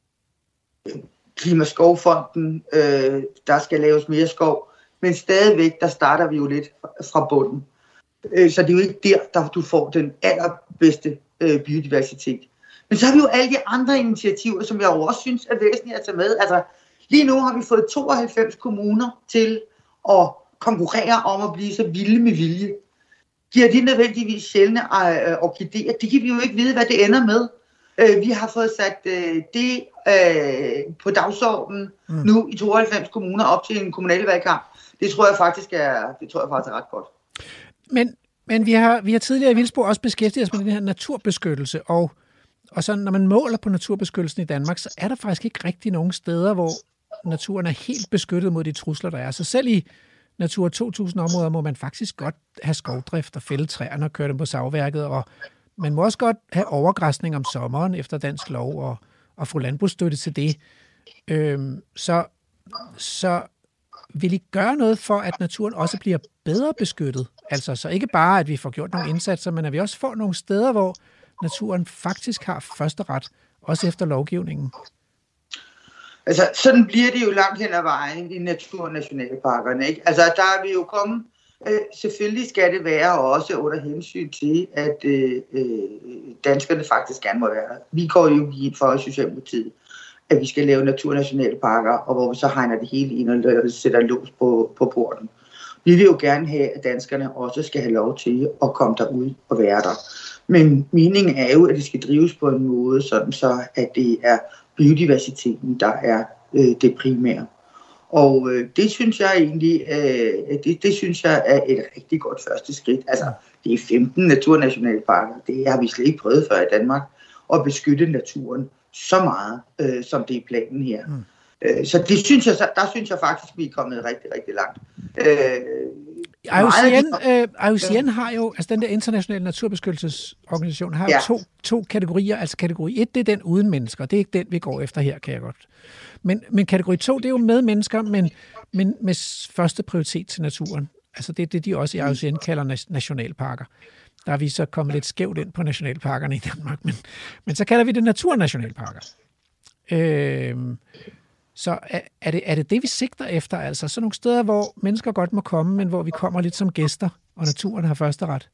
Klimaskovfonden, øh, der skal laves mere skov, men stadigvæk, der starter vi jo lidt fra bunden. Øh, så det er jo ikke der, der du får den allerbedste øh, biodiversitet. Men så har vi jo alle de andre initiativer, som jeg også synes er væsentlige at tage med. Altså, lige nu har vi fået tooghalvfems kommuner til at konkurrere om at blive så vilde med vilje. Giver de nødvendigvis sjældne øh, orkideer? Det kan vi jo ikke vide, hvad det ender med. Øh, vi har fået sat øh, det øh, på dagsordenen mm. nu i tooghalvfems kommuner op til en kommunalvalgkamp. Det tror jeg faktisk er, det tror jeg faktisk er ret godt. Men, men vi har, vi har tidligere i Vildsborg også beskæftiget os med den her naturbeskyttelse, og, og så når man måler på naturbeskyttelsen i Danmark, så er der faktisk ikke rigtig nogen steder, hvor naturen er helt beskyttet mod de trusler, der er. Så selv i Natura to tusind områder må man faktisk godt have skovdrift og fælde træerne og køre dem på savværket, og man må også godt have overgræsning om sommeren efter dansk lov og, og få landbrugsstøtte til det. Øhm, så, så vil I gøre noget for, at naturen også bliver bedre beskyttet? Altså så ikke bare, at vi får gjort nogle indsatser, men at vi også får nogle steder, hvor naturen faktisk har første ret, også efter lovgivningen. Altså, sådan bliver det jo langt hen ad vejen i naturnationalparkerne, ikke? Altså, der er vi jo kommet. Øh, selvfølgelig skal det være også under hensyn til, at øh, danskerne faktisk gerne må være. Vi går jo ind for Socialdemokratiet, at vi skal lave naturnationalparker, og hvor vi så hegner det hele ind og sætter lås på, på porten. Vi vil jo gerne have, at danskerne også skal have lov til at komme derud og være der. Men meningen er jo, at det skal drives på en måde, sådan så at det er biodiversiteten, der er øh, det primære. Og øh, det synes jeg egentlig, øh, det, det synes jeg er et rigtig godt første skridt. Altså, det er femten naturnationalparker. Det har vi slet ikke prøvet før i Danmark, at beskytte naturen så meget, øh, som det er planen her. Mm. Øh, så det synes jeg, der synes jeg faktisk, vi er kommet rigtig, rigtig langt. Øh, I U C N, øh, I U C N har jo, altså den der internationale naturbeskyttelsesorganisation, har jo ja. to, to kategorier. Altså kategori et, det er den uden mennesker. Det er ikke den, vi går efter her, kan jeg godt. Men, men kategori to, det er jo med mennesker, men, men med første prioritet til naturen. Altså det er det, de også i I U C N kalder nationalparker. Der er vi så kommet lidt skævt ind på nationalparkerne i Danmark, men, men så kalder vi det naturnationalparker. Øh, Så er, er, det, er det det, vi sigter efter? Altså sådan nogle steder, hvor mennesker godt må komme, men hvor vi kommer lidt som gæster, og naturen har første ret?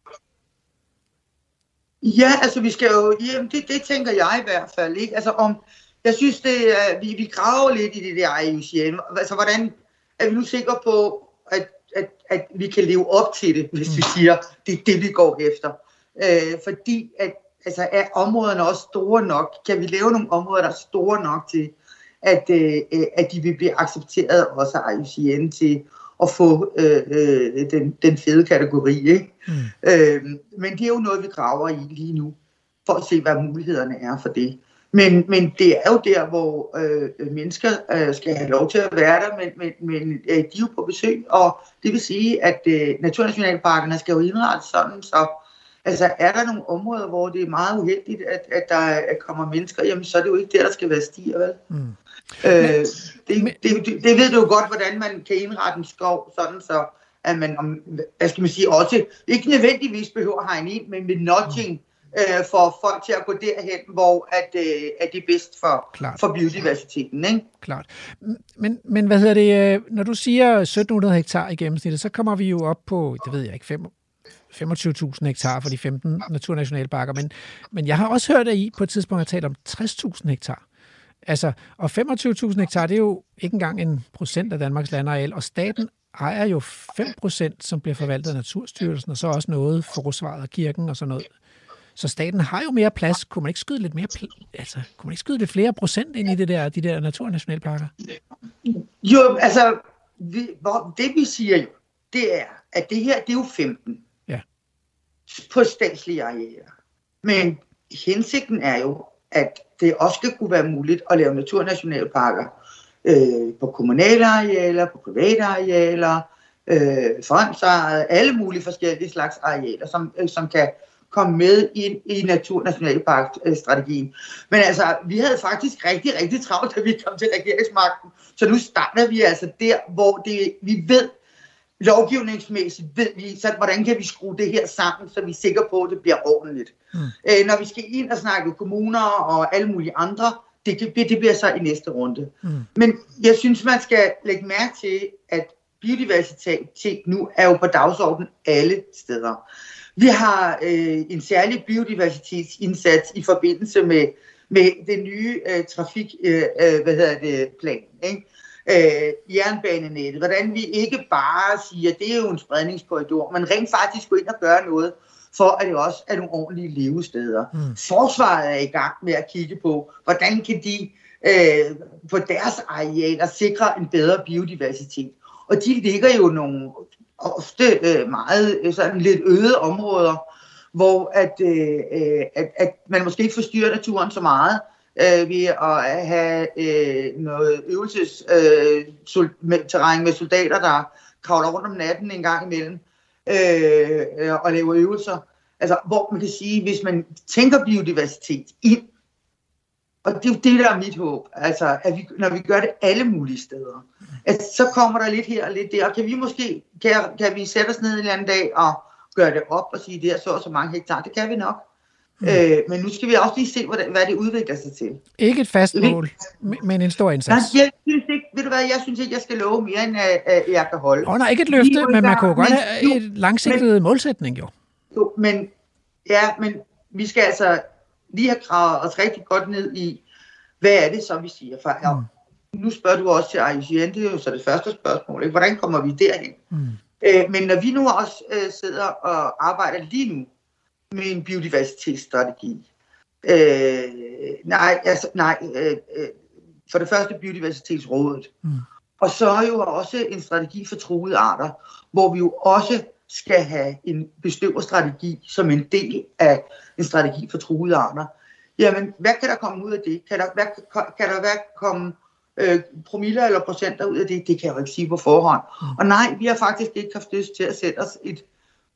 Ja, altså vi skal jo, jamen det, det tænker jeg i hvert fald, ikke? Altså om, jeg synes, det er, vi, vi graver lidt i det der I U C N. Altså hvordan er vi nu sikre på, at, at, at vi kan leve op til det, hvis vi siger, det er det, vi går efter? Øh, fordi at, altså, er områderne også store nok? Kan vi lave nogle områder, der er store nok til, At, øh, at de vil blive accepteret også af I U C N til at få øh, øh, den, den fede kategori. Ikke? Mm. Øh, men det er jo noget, vi graver i lige nu, for at se, hvad mulighederne er for det. Men, men det er jo der, hvor øh, mennesker øh, skal have lov til at være der, men, men, men øh, de er jo på besøg, og det vil sige, at øh, naturnationalparkerne skal jo indrettes sådan, så altså, er der nogle områder, hvor det er meget uheldigt, at, at der kommer mennesker, jamen så er det jo ikke der, der skal være stier, vel? Mm. Øh, men, det, men, det, det, det ved du jo godt, hvordan man kan indrette en skov, sådan så, at man, om, hvad skal man sige, også ikke nødvendigvis behøver at hegne ind, men med nudging mm. øh, for folk til at gå derhen, hvor at, øh, at det er bedst for, for biodiversiteten, ikke? Klart. Men, men hvad hedder det, når du siger sytten hundrede hektar i gennemsnittet, så kommer vi jo op på, det ved jeg ikke, fem femogtyve tusind hektar for de femten naturnationalparker, men, men jeg har også hørt, at I på et tidspunkt har talt om tres tusind hektar. Altså, og femogtyve tusind hektar, det er jo ikke engang en procent af Danmarks landareal, og staten ejer jo fem procent, som bliver forvaltet af Naturstyrelsen, og så også noget forsvaret og kirken og sådan noget. Så staten har jo mere plads. Kunne man ikke skyde lidt mere pl- altså, kunne man ikke skyde lidt flere procent ind i det der, de der naturnationalparker? Jo, altså, vi, det vi siger jo, det er, at det her, det er jo femten. Ja. På statslige arealer. Men hensigten er jo, at det også skal kunne være muligt at lave naturnationalparker øh, på kommunale arealer, på private arealer, øh, fondsejede, alle mulige forskellige slags arealer, som, øh, som kan komme med i, i naturnationalparkstrategien. Men altså, vi havde faktisk rigtig, rigtig travlt, da vi kom til regeringsmagten, så nu starter vi altså der, hvor det, vi ved, lovgivningsmæssigt ved vi, så hvordan kan vi skrue det her sammen, så vi er sikre på, at det bliver ordentligt. Mm. Øh, når vi skal ind og snakke kommuner og alle mulige andre, det, det, det bliver så i næste runde. Mm. Men jeg synes, man skal lægge mærke til, at biodiversitet nu er jo på dagsordenen alle steder. Vi har øh, en særlig biodiversitetsindsats i forbindelse med, med det nye øh, trafik, øh, hvad hedder det, plan, ikke? Øh, jernbanenettet. Hvordan vi ikke bare siger, at det er jo en spredningskorridor, men rent faktisk gå ind og gøre noget for, at det også er nogle ordentlige levesteder. Mm. Forsvaret er i gang med at kigge på, hvordan kan de øh, på deres arealer sikre en bedre biodiversitet. Og de ligger jo nogle ofte øh, meget sådan lidt øde områder, hvor at, øh, at, at man måske ikke forstyrrer naturen så meget øh, ved at have øh, noget øvelsesterræn øh, med soldater, der kravler rundt om natten en gang imellem øh, og laver øvelser. Altså, hvor man kan sige, hvis man tænker biodiversitet ind, og det er jo det, der er mit håb, altså, at vi, når vi gør det alle mulige steder, at så kommer der lidt her og lidt der, og kan vi måske, kan, kan vi sætte os ned en eller anden dag og gøre det op og sige, det er så og så mange hektar, det kan vi nok. Mm. Øh, men nu skal vi også lige se, hvad, hvad det udvikler sig til. Ikke et fast mål, men en stor indsats. Nej, jeg synes ikke, ved du hvad, jeg synes ikke, jeg skal love mere, end uh, jeg kan holde. Åh oh, nej, ikke et løfte, men man kunne jo godt have et langsigtet målsætning, jo. jo. Men, ja, men vi skal altså lige have gravet os rigtig godt ned i, hvad er det så, vi siger? For ja, mm. nu spørger du også til I U C N, det er jo så det første spørgsmål, ikke? Hvordan kommer vi derhen? Mm. Øh, men når vi nu også øh, sidder og arbejder lige nu med en biodiversitetsstrategi, øh, nej, altså, nej øh, øh, for det første biodiversitetsrådet, mm. og så er jo også en strategi for truede arter, hvor vi jo også skal have en bestøverstrategi som en del af en strategi for truede arter. Jamen, hvad kan der komme ud af det? Kan der, hvad, kan der hvad komme øh, promiller eller procenter ud af det? Det kan jeg jo ikke sige på forhånd. Mm. Og nej, vi har faktisk ikke haft lyst til at sætte os et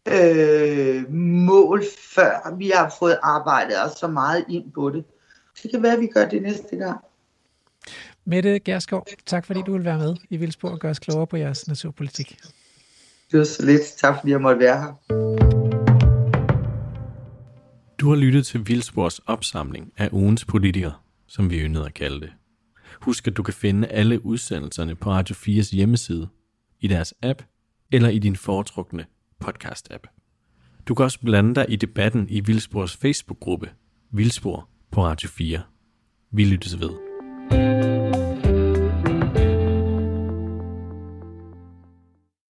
øh, mål, før vi har fået arbejdet os så meget ind på det. Det kan være, at vi gør det næste gang. Mette Gjerskov, tak fordi du vil være med i Vildspor og gøre os klogere på jeres naturpolitik. Det var så lidt. Tak fordi jeg måtte være her. Du har lyttet til Vildspors opsamling af ugens politikere, som vi yndede at kalde det. Husk, at du kan finde alle udsendelserne på Radio fires hjemmeside, i deres app eller i din foretrukne podcast-app. Du kan også blande dig i debatten i Vildspors Facebook-gruppe, Vildspor på Radio fire. Vi lyttes ved.